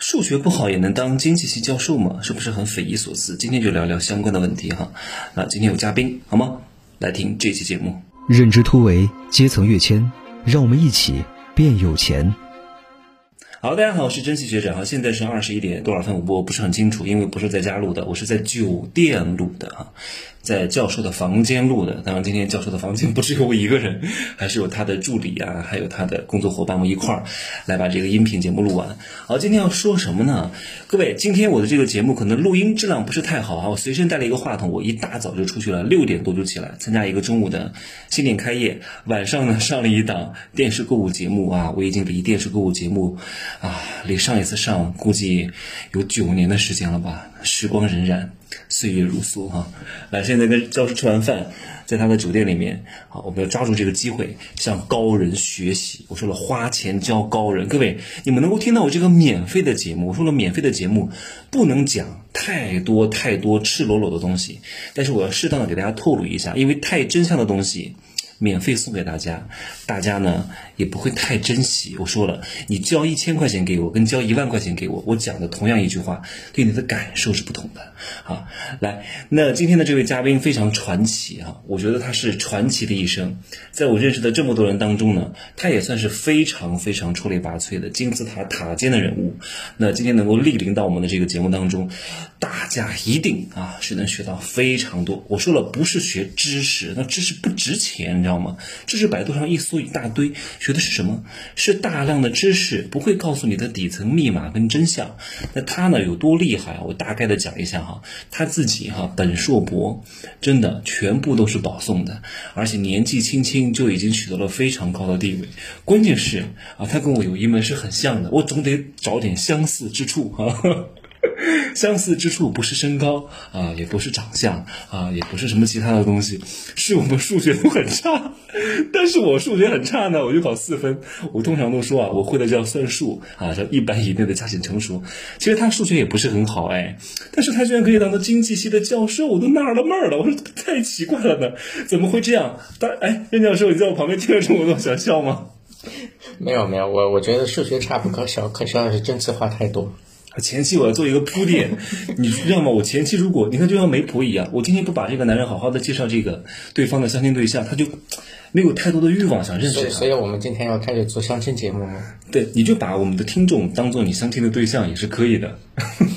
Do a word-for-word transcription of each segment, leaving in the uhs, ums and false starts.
数学不好也能当经济系教授吗？是不是很匪夷所思？今天就聊聊相关的问题哈。那今天有嘉宾好吗？来听这期节目。 认知突围，阶层跃迁，让我们一起变有钱。 好，大家好，我是珍惜学长哈。现在是二十一点多少分？我播不是很清楚，因为不是在家录的，我是在酒店录的哈，在教授的房间录的。当然，今天教授的房间不只有我一个人，还是有他的助理啊，还有他的工作伙伴，我们一块儿来把这个音频节目录完。好，今天要说什么呢？各位，今天我的这个节目可能录音质量不是太好啊，我随身带了一个话筒，我一大早就出去了，六点多就起来参加一个中午的新店开业，晚上呢上了一档电视购物节目啊，我已经离电视购物节目啊，离上一次上估计有九年的时间了吧，时光荏苒，岁月如梭哈。来，现在跟教授吃完饭，在他的酒店里面，好，我们要抓住这个机会向高人学习。我说了，花钱教高人，各位，你们能够听到我这个免费的节目，我说了，免费的节目不能讲太多太多赤裸裸的东西，但是我要适当的给大家透露一下，因为太真相的东西免费送给大家，大家呢也不会太珍惜。我说了，你交一千块钱给我，跟交一万块钱给我，我讲的同样一句话，对你的感受是不同的。好，来，那今天的这位嘉宾非常传奇啊，我觉得他是传奇的一生。在我认识的这么多人当中呢，他也算是非常非常出类拔萃的金字塔塔尖的人物。那今天能够莅临到我们的这个节目当中，大家一定啊是能学到非常多。我说了，不是学知识，那知识不值钱，你知道吗？知识百度上一搜一大堆，学的是什么？是大量的知识，不会告诉你的底层密码跟真相。那他呢有多厉害？我大概的讲一下哈，他自己哈本硕博，真的全部都是保送的，而且年纪轻轻就已经取得了非常高的地位。关键是啊，他跟我有一门是很像的，我总得找点相似之处哈。相似之处不是身高啊，也不是长相啊，也不是什么其他的东西，是我们数学都很差。但是我数学很差呢，我就考四分。我通常都说啊，我会的叫算术啊，叫一般以内的加减乘除。其实他数学也不是很好哎，但是他居然可以当到经济系的教授，我都纳了闷了。我说太奇怪了呢，怎么会这样？但哎，任教授，你在我旁边听了这么多，想笑吗？ 没有没有，我我觉得数学差不可笑，可笑的是政治话太多。 前期我要做一个铺垫，你知道吗？我前期如果你看就像媒婆一样，我今天不把这个男人好好的介绍这个对方的相亲对象，他就没有太多的欲望想认识他。 所以我们今天要开始做相亲节目吗？ 对，你就把我们的听众当做你相亲的对象也是可以的。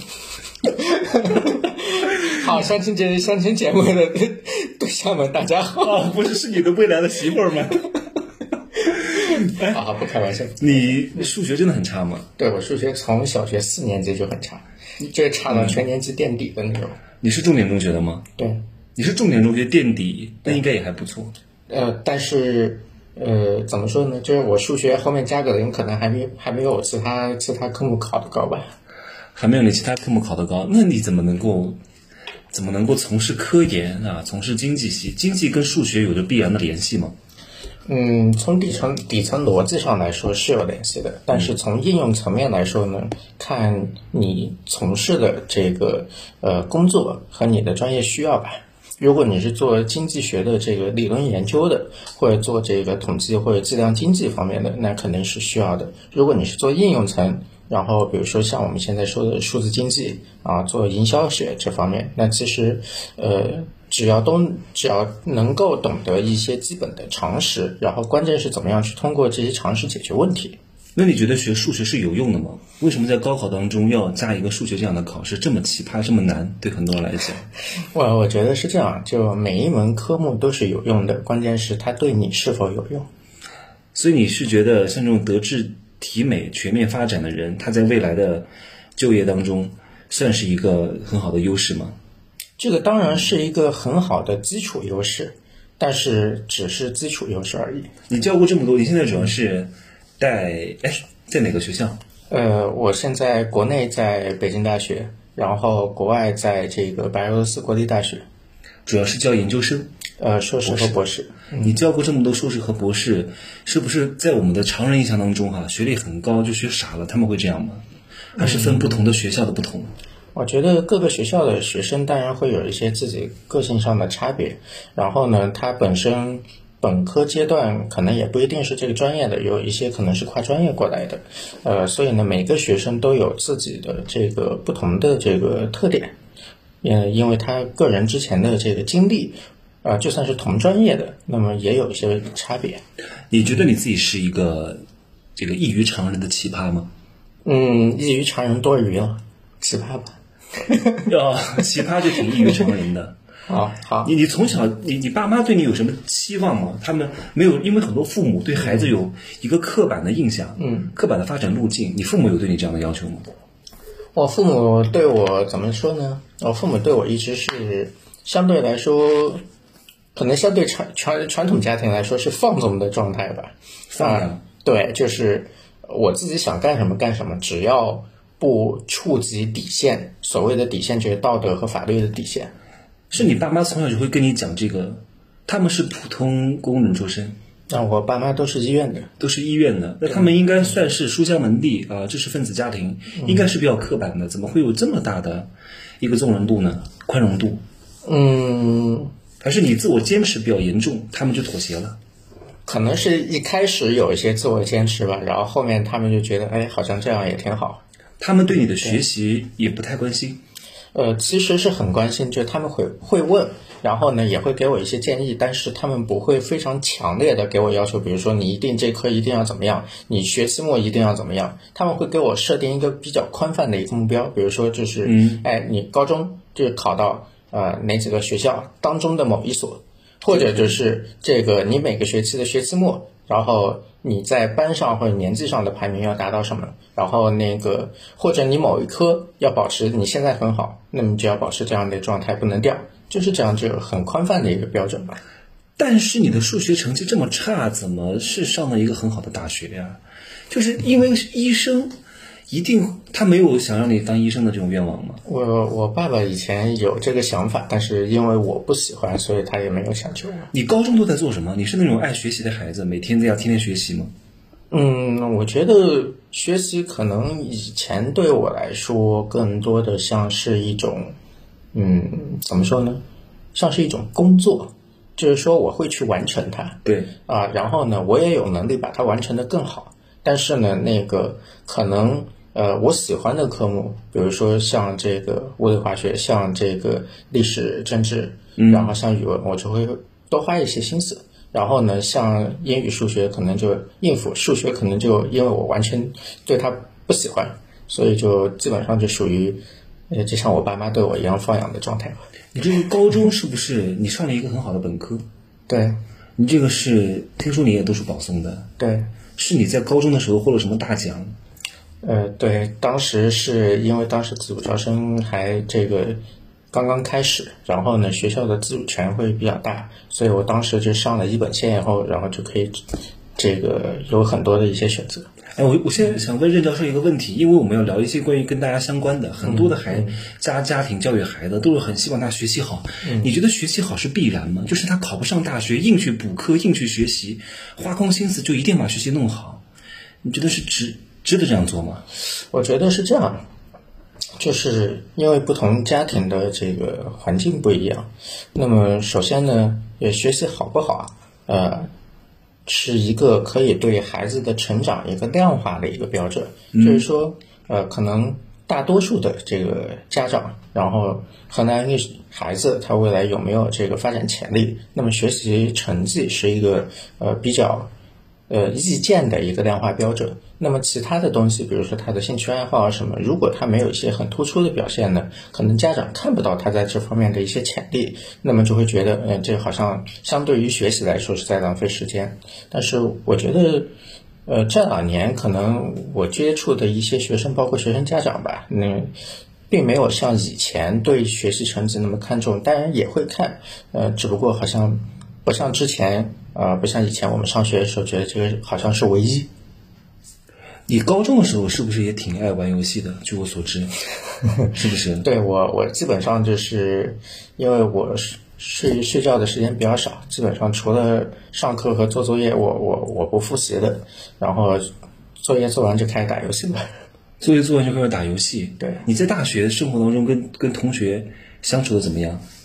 好，相亲节相亲节目的对象们，大家好。 哦，不是，是你的未来的媳妇儿吗？ 哎，好好，不开玩笑。 你数学真的很差吗？ 对，我数学从小学四年级就很差，就是差到全年级垫底的那种。 你是重点中学的吗？ 对， 你是重点中学垫底，那应该也还不错。 呃，但是呃，怎么说呢？就是我数学后面加个零，可能还没还没有其他其他科目考得高吧。 还没有你其他科目考得高，那你怎么能够怎么能够从事科研啊？从事经济系，经济跟数学有着必然的联系吗？ 嗯，从底层底层逻辑上来说是有联系的，但是从应用层面来说呢，看你从事的这个呃工作和你的专业需要吧。如果你是做经济学的这个理论研究的，或者做这个统计或者计量经济方面的，那肯定是需要的。如果你是做应用层，然后比如说像我们现在说的数字经济啊，做营销学这方面，那其实呃只要都只要能够懂得一些基本的常识，然后关键是怎么样去通过这些常识解决问题。 那你觉得学数学是有用的吗？为什么在高考当中要加一个数学这样的考试，这么奇葩这么难，对很多人来讲？ 我我觉得是这样，就每一门科目都是有用的，关键是它对你是否有用。 所以你是觉得像这种德智体美全面发展的人，他在未来的就业当中算是一个很好的优势吗？ 这个当然是一个很好的基础优势，但是只是基础优势而已。 你教过这么多，你现在主要是带哎在哪个学校？ 呃，我现在国内在北京大学，然后国外在这个白俄罗斯国立大学， 主要是教研究生， 呃，硕士和博士。 嗯、你教过这么多硕士和博士，是不是在我们的常人印象当中哈、啊，学历很高就学傻了，他们会这样吗？还是分不同的学校的不同？嗯， 我觉得各个学校的学生当然会有一些自己个性上的差别，然后呢，他本身本科阶段可能也不一定是这个专业的，有一些可能是跨专业过来的，呃，所以呢，每个学生都有自己的这个不同的这个特点，呃，因为他个人之前的这个经历，呃，就算是同专业的，那么也有一些差别。 你觉得你自己是一个这个异于常人的奇葩吗？ 嗯，异于常人多余了，奇葩吧？ 哦，奇葩就挺异于常人的。 好好， 你你从小你你爸妈对你有什么期望吗？他们没有，因为很多父母对孩子有一个刻板的印象，嗯，刻板的发展路径。你父母有对你这样的要求吗？ 我父母对我怎么说呢？我父母对我一直是相对来说，可能相对传传传统家庭来说是放纵的状态吧。 放养、 啊，对，就是我自己想干什么干什么，只要不触及底线，所谓的底线就是道德和法律的底线。 是你爸妈从小就会跟你讲这个，他们是普通工人出身， 那、啊、我爸妈都是医院的， 都是医院的，那他们应该算是书香门第啊，知识分子家庭，应该是比较刻板的，怎么会有这么大的一个纵容度呢？宽容度？ 嗯， 还是你自我坚持比较严重，他们就妥协了？ 可能是一开始有一些自我坚持吧，然后后面他们就觉得，哎，好像这样也挺好。 他们对你的学习也不太关心。 呃，其实是很关心，就是他们会会问，然后呢也会给我一些建议，但是他们不会非常强烈的给我要求，比如说你一定这科一定要怎么样，你学期末一定要怎么样，他们会给我设定一个比较宽泛的一个目标，比如说就是，嗯，哎，你高中就是考到呃哪几个学校当中的某一所，或者就是这个你每个学期的学期末，然后你在班上或者年级上的排名要达到什么，然后那个或者你某一科要保持你现在很好，那么就要保持这样的状态不能掉，就是这样，就很宽泛的一个标准吧。 但是你的数学成绩这么差，怎么是上了一个很好的大学呀？就是因为医生一定他没有想让你当医生的这种愿望吗？ 我我爸爸以前有这个想法，但是因为我不喜欢，所以他也没有强求我。 你高中都在做什么？你是那种爱学习的孩子，每天都要天天学习吗？ 嗯，我觉得学习可能以前对我来说更多的像是一种，嗯，怎么说呢？像是一种工作，就是说我会去完成它。 对啊，然后呢，我也有能力把它完成得更好。但是呢，那个可能呃，我喜欢的科目，比如说像这个物理化学，像这个历史政治，然后像语文，我就会多花一些心思。然后呢，像英语、数学可能就应付，数学可能就因为我完全对它不喜欢，所以就基本上就属于，呃，就像我爸妈对我一样放养的状态吧。 你这个高中是不是你上了一个很好的本科？ 对， 你这个是听说你也都是保送的？ 对， 是你在高中的时候获了什么大奖？ 呃，对，当时是因为当时自主招生还这个刚刚开始，然后呢，学校的自主权会比较大，所以我当时就上了一本线以后，然后就可以这个有很多的一些选择。 哎，我我现在想问任教授一个问题，因为我们要聊一些关于跟大家相关的，很多的孩家家庭教育孩子都是很希望他学习好。嗯、你觉得学习好是必然吗？就是他考不上大学，硬去补课，硬去学习，花空心思就一定把学习弄好？你觉得是值值得这样做吗？ 我觉得是这样，就是因为不同家庭的这个环境不一样。那么首先呢，也学习好不好啊？呃。是一个可以对孩子的成长一个量化的一个标准，嗯、就是说，呃，可能大多数的这个家长，然后衡量一个孩子他未来有没有这个发展潜力，那么学习成绩是一个呃比较呃意见的一个量化标准。那么其他的东西，比如说他的兴趣爱好啊什么，如果他没有一些很突出的表现呢，可能家长看不到他在这方面的一些潜力，那么就会觉得，嗯、呃，这好像相对于学习来说是在浪费时间。但是我觉得，呃，这两年可能我接触的一些学生，包括学生家长吧，那并没有像以前对学习成绩那么看重，当然也会看，呃，只不过好像不像之前，呃，不像以前我们上学的时候觉得这个好像是唯一。 你高中的时候是不是也挺爱玩游戏的？据我所知，是不是？ 对，我我基本上就是因为我睡睡觉的时间比较少，基本上除了上课和做作业，我我我不复习的，然后作业做完就开始打游戏了。 作业做完就开始打游戏。 对， 你在大学生活当中跟跟同学相处的怎么样？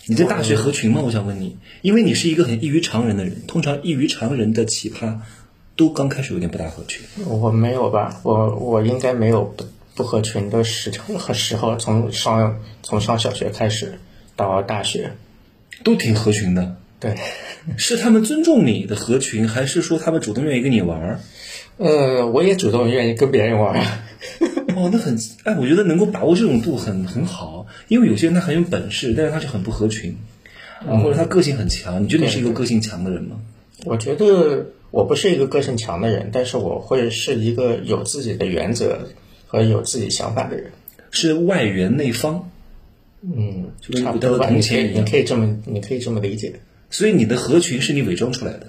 你在大学合群吗？我想问你，因为你是一个很异于常人的人，通常异于常人的奇葩都刚开始有点不大合群。 我没有吧，我我应该没有不不合群的时和时候，从上从上小学开始到大学， 都挺合群的。 对， 是他们尊重你的合群，还是说他们主动愿意跟你玩？ 呃，我也主动愿意跟别人玩。 哦，那很哎，我觉得能够把握这种度很很好，因为有些人他很有本事，但是他就很不合群，啊，或者他个性很强。你觉得你是一个个性强的人吗？ 我觉得我不是一个个性强的人，但是我会是一个有自己的原则和有自己想法的人。 是外圆内方， 嗯， 就跟差不多吧。 古代的铜你可以， 钱一样。 你可以这么，你可以这么理解。 所以你的合群是你伪装出来的，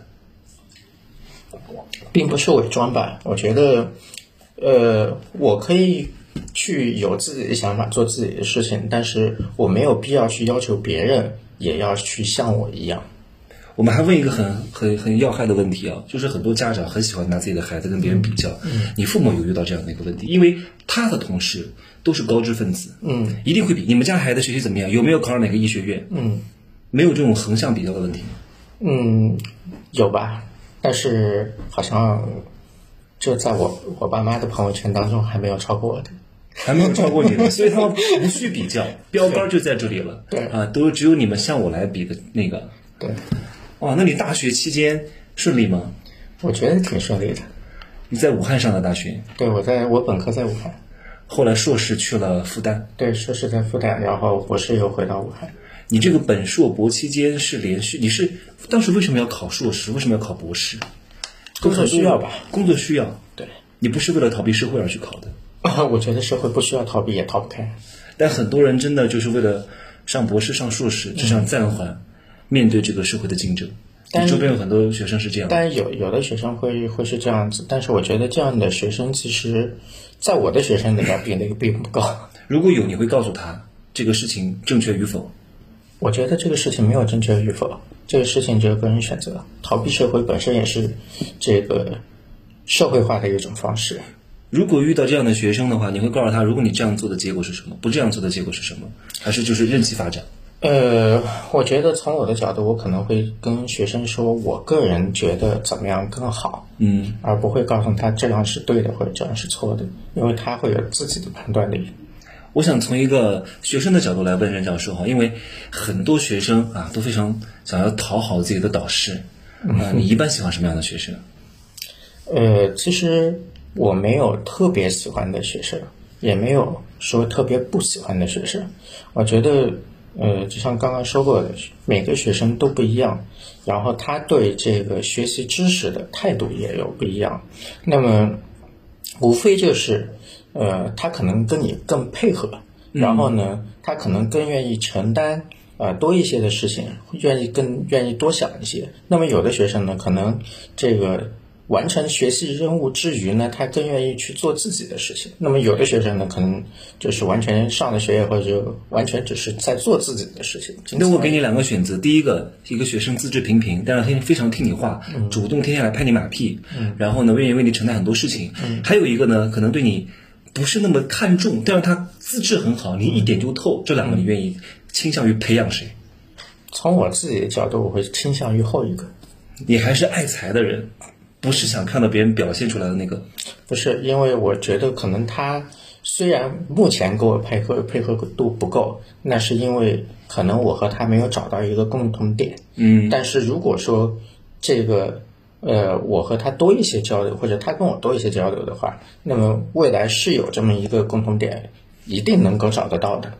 并不是伪装吧？我觉得，呃，我可以去有自己的想法，做自己的事情，但是我没有必要去要求别人也要去像我一样。 我们还问一个很很很要害的问题啊，就是很多家长很喜欢拿自己的孩子跟别人比较。嗯、你父母有遇到这样的一个问题？因为他的同事都是高知分子，嗯，一定会比你们家孩子学习怎么样，有没有考上哪个医学院，嗯，没有这种横向比较的问题吗？ 嗯，有吧，但是好像就在我我爸妈的朋友圈当中还没有超过我的。 还没有超过你的，所以他们无需比较，标杆就在这里了。 对啊，都只有你们向我来比的那个。 对。 哇，那你大学期间顺利吗？ 我觉得挺顺利的。 你在武汉上的大学？ 对，我在我本科在武汉， 后来硕士去了复旦。 对，硕士在复旦，然后博士又回到武汉。 你这个本硕博期间是连续，你是当时为什么要考硕士？为什么要考博士？ 工作需要吧？ 工作需要。 对， 你不是为了逃避社会而去考的。 我觉得社会不需要逃避，也逃不开。 但很多人真的就是为了上博士、上硕士，只想暂缓、嗯、面对这个社会的竞争。但周边有很多学生是这样的。 但有有的学生会会是这样子，但是我觉得这样的学生其实，在我的学生里面比那个并不高。 如果有，你会告诉他这个事情正确与否？ 我觉得这个事情没有正确与否，这个事情只有个人选择。逃避社会本身也是这个社会化的一种方式。 如果遇到这样的学生的话，你会告诉他，如果你这样做的结果是什么，不这样做的结果是什么，还是就是任其发展？ 呃，我觉得从我的角度，我可能会跟学生说，我个人觉得怎么样更好，嗯，而不会告诉他这样是对的或者这样是错的，因为他会有自己的判断力。 我想从一个学生的角度来问任教授哈，因为很多学生啊都非常想要讨好自己的导师，啊，你一般喜欢什么样的学生？ 呃，其实我没有特别喜欢的学生，也没有说特别不喜欢的学生。我觉得，呃，就像刚刚说过的，每个学生都不一样，然后他对这个学习知识的态度也有不一样。那么，无非就是，呃，他可能跟你更配合，然后呢，他可能更愿意承担呃多一些的事情，愿意更愿意多想一些。那么有的学生呢，可能这个完成学习任务之余呢，他更愿意去做自己的事情。那么有的学生呢，可能就是完全上了学或者完全只是在做自己的事情。 那我给你两个选择，第一个，一个学生资质平平，但是他非常听你话，嗯、主动天天来拍你马屁，嗯、然后呢，愿意为你承担很多事情。嗯、还有一个呢，可能对你不是那么看重，但是他资质很好，你一点就透。这两个你愿意倾向于培养谁？ 从我自己的角度，我会倾向于后一个。 你还是爱才的人。不是想看到别人表现出来的那个， 不是，因为我觉得可能他虽然目前跟我配合配合度不够，那是因为可能我和他没有找到一个共同点。嗯，但是如果说这个呃我和他多一些交流，或者他跟我多一些交流的话，那么未来是有这么一个共同点，一定能够找得到的。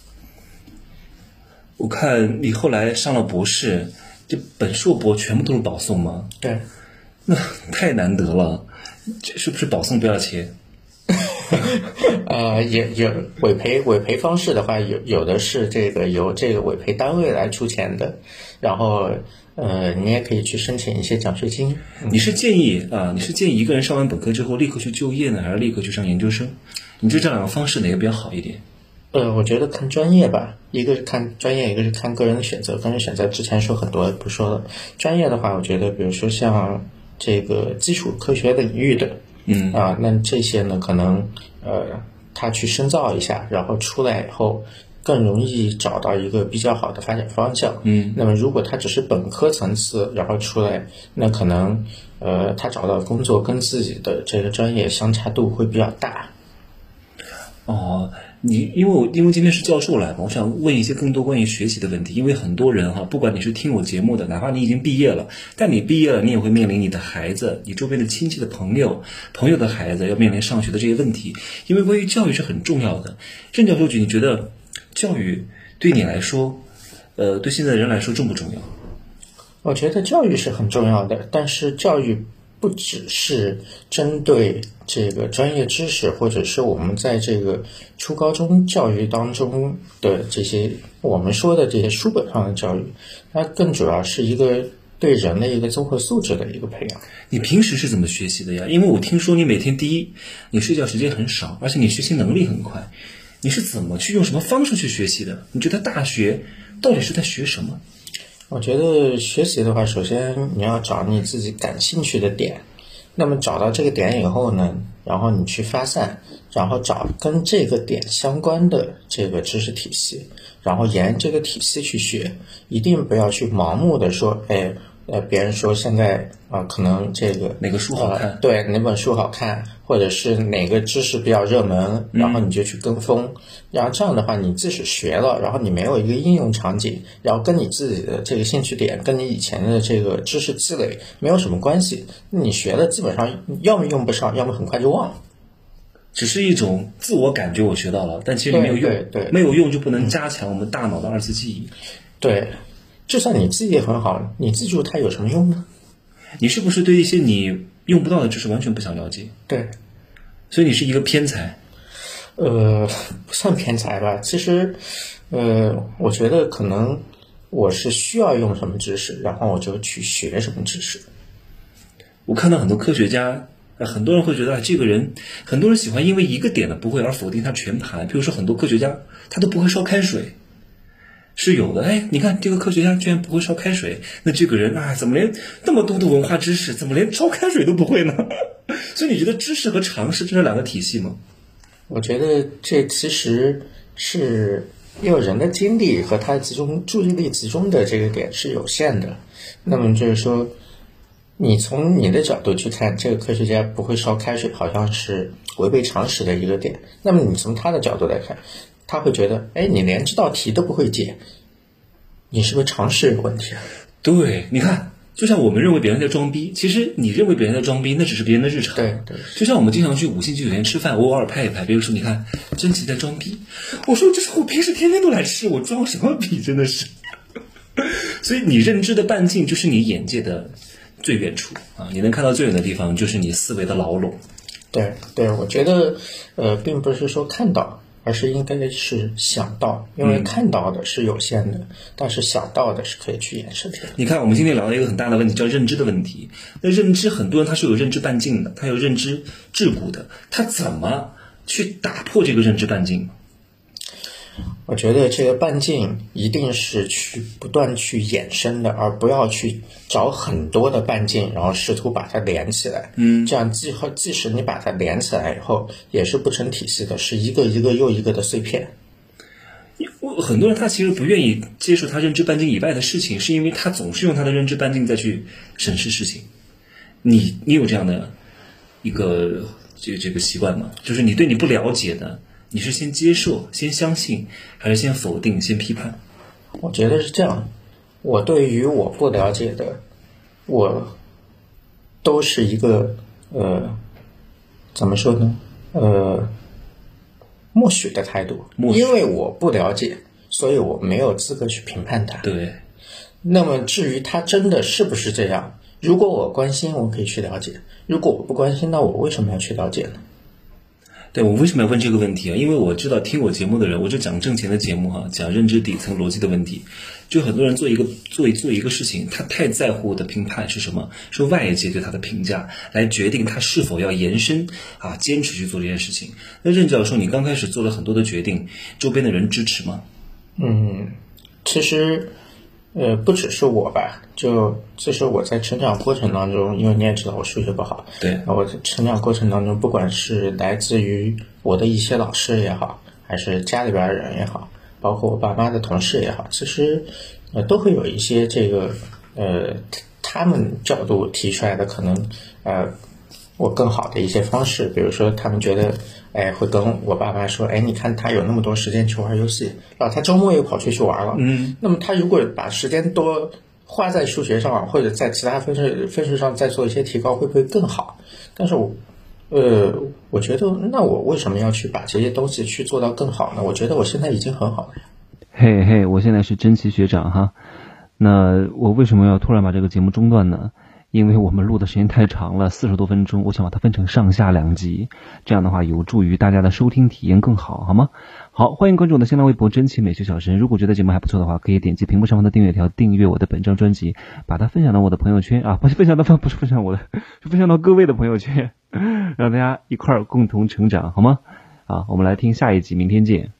我看你后来上了博士，这本硕博全部都是保送吗？ 对。 那太难得了，这是不是保送不要钱？ 呃，也有委培委培方式的话，有有的是这个由这个委培单位来出钱的，然后呃，你也可以去申请一些奖学金。 嗯、你是建议啊？你是建议一个人上完本科之后立刻去就业呢，还是立刻去上研究生？你觉得这两个方式哪个比较好一点？ 呃，我觉得看专业吧，一个是看专业，一个是看个人的选择。个人选择之前说很多不说了，专业的话，我觉得比如说像这个基础科学领域的，嗯啊，那这些呢，可能呃，他去深造一下，然后出来以后， 更容易找到一个比较好的发展方向。 嗯， 那么如果他只是本科层次，然后出来，那可能呃他找到的工作跟自己的这个专业相差度会比较大。 哦，你因为我因为今天是教授来嘛，我想问一些更多关于学习的问题。因为很多人哈，不管你是听我节目的，哪怕你已经毕业了，但你毕业了，你也会面临你的孩子、你周边的亲戚的朋友、朋友的孩子要面临上学的这些问题。因为关于教育是很重要的。任教授，你觉得教育对你来说，呃，对现在的人来说重不重要？ 我觉得教育是很重要的，但是教育不只是针对这个专业知识，或者是我们在这个初高中教育当中的这些我们说的这些书本上的教育，它更主要是一个对人的一个综合素质的一个培养。 你平时是怎么学习的呀？因为我听说你每天第一，你睡觉时间很少，而且你学习能力很快，你是怎么去用什么方式去学习的？你觉得大学到底是在学什么？ 我觉得学习的话，首先你要找你自己感兴趣的点，那么找到这个点以后呢，然后你去发散，然后找跟这个点相关的这个知识体系，然后沿这个体系去学，一定不要去盲目的说，哎，呃，别人说现在啊、呃，可能这个哪个书好看、 呃，对，哪本书好看，或者是哪个知识比较热门，然后你就去跟风，嗯、然后这样的话，你即使学了，然后你没有一个应用场景，然后跟你自己的这个兴趣点，跟你以前的这个知识积累没有什么关系，你学了基本上要么用不上，要么很快就忘了。 只是一种自我感觉，我学到了，但其实没有用， 对对对， 没有用就不能加强我们大脑的二次记忆。 对。就算你记忆很好，你记住它有什么用呢？ 你是不是对一些你用不到的知识完全不想了解？ 对， 所以你是一个偏才。 呃，不算偏才吧。其实，呃，我觉得可能我是需要用什么知识，然后我就去学什么知识。 我看到很多科学家，呃、很多人会觉得、啊、这个人，很多人喜欢因为一个点的不会而否定他全盘。比如说很多科学家他都不会烧开水。是有的，哎，你看这个科学家居然不会烧开水，那这个人啊，怎么连那么多的文化知识，怎么连烧开水都不会呢？所以你觉得知识和常识这是两个体系吗？ 我觉得这其实是因为人的精力和他集中注意力集中的这个点是有限的。那么就是说，你从你的角度去看，这个科学家不会烧开水，好像是违背常识的一个点。那么你从他的角度来看，他会觉得，哎，你连这道题都不会解，你是不是常识有问题啊？ 对，你看，就像我们认为别人在装逼，其实你认为别人在装逼，那只是别人的日常。 对对。 就像我们经常去五星级酒店吃饭，偶尔拍一拍，别人说你看真奇在装逼，我说这是我平时天天都来吃，我装什么逼，真的是。所以你认知的半径就是你眼界的最远处啊，你能看到最远的地方就是你思维的牢笼。 对对，我觉得呃，并不是说看到。而是应该是想到，因为看到的是有限的，嗯、但是想到的是可以去延伸的。 你看，我们今天聊了一个很大的问题，叫认知的问题。那认知，很多人他是有认知半径的，他有认知桎梏的，他怎么去打破这个认知半径？ 我觉得这个半径一定是去不断去衍生的，而不要去找很多的半径，然后试图把它连起来。 嗯， 这样即和即使你把它连起来以后，也是不成体系的，是一个一个又一个的碎片。 我很多人他其实不愿意接受他认知半径以外的事情，是因为他总是用他的认知半径再去审视事情。你你有这样的一个这个这个习惯吗？就是你对你不了解的。你是先接受、先相信，还是先否定、先批判？ 我觉得是这样。我对于我不了解的，我都是一个呃，怎么说呢？呃，默许的态度。因为我不了解，所以我没有资格去评判它。 对。 那么至于它真的是不是这样，如果我关心，我可以去了解；如果我不关心，那我为什么要去了解呢？ 对，我为什么要问这个问题啊？因为我知道听我节目的人，我就讲挣钱的节目哈、啊，讲认知底层逻辑的问题。就很多人做一个做一做一个事情，他太在乎的评判是什么？是外界对他的评价来决定他是否要延伸啊，坚持去做这件事情。那任教授，你刚开始做了很多的决定，周边的人支持吗？ 嗯，其实。呃，不只是我吧，就其实我在成长过程当中，因为你也知道我数学不好， 对， 我在成长过程当中，不管是来自于我的一些老师也好，还是家里边人也好， 包括我爸妈的同事也好，其实呃都会有一些这个呃他们角度提出来的可能呃我更好的一些方式，比如说他们觉得哎会跟我爸妈说，哎你看他有那么多时间去玩游戏，然后他周末又跑出去玩了，嗯，那么他如果把时间多花在数学上，或者在其他分数分数上再做一些提高，会不会更好？但是我呃我觉得那我为什么要去把这些东西去做到更好呢？我觉得我现在已经很好了呀。 嘿嘿，我现在是真奇学长哈。那我为什么要突然把这个节目中断呢？因为我们录的时间太长了，四十多分钟，我想把它分成上下两集，这样的话有助于大家的收听体验更好，好吗？好，欢迎关注我的新浪微博真奇美学小神，如果觉得节目还不错的话，可以点击屏幕上方的订阅条订阅我的本张专辑，把它分享到我的朋友圈啊，不是分享到不是分享我的，是分享到各位的朋友圈，让大家一块儿共同成长，好吗？啊，我们来听下一集，明天见。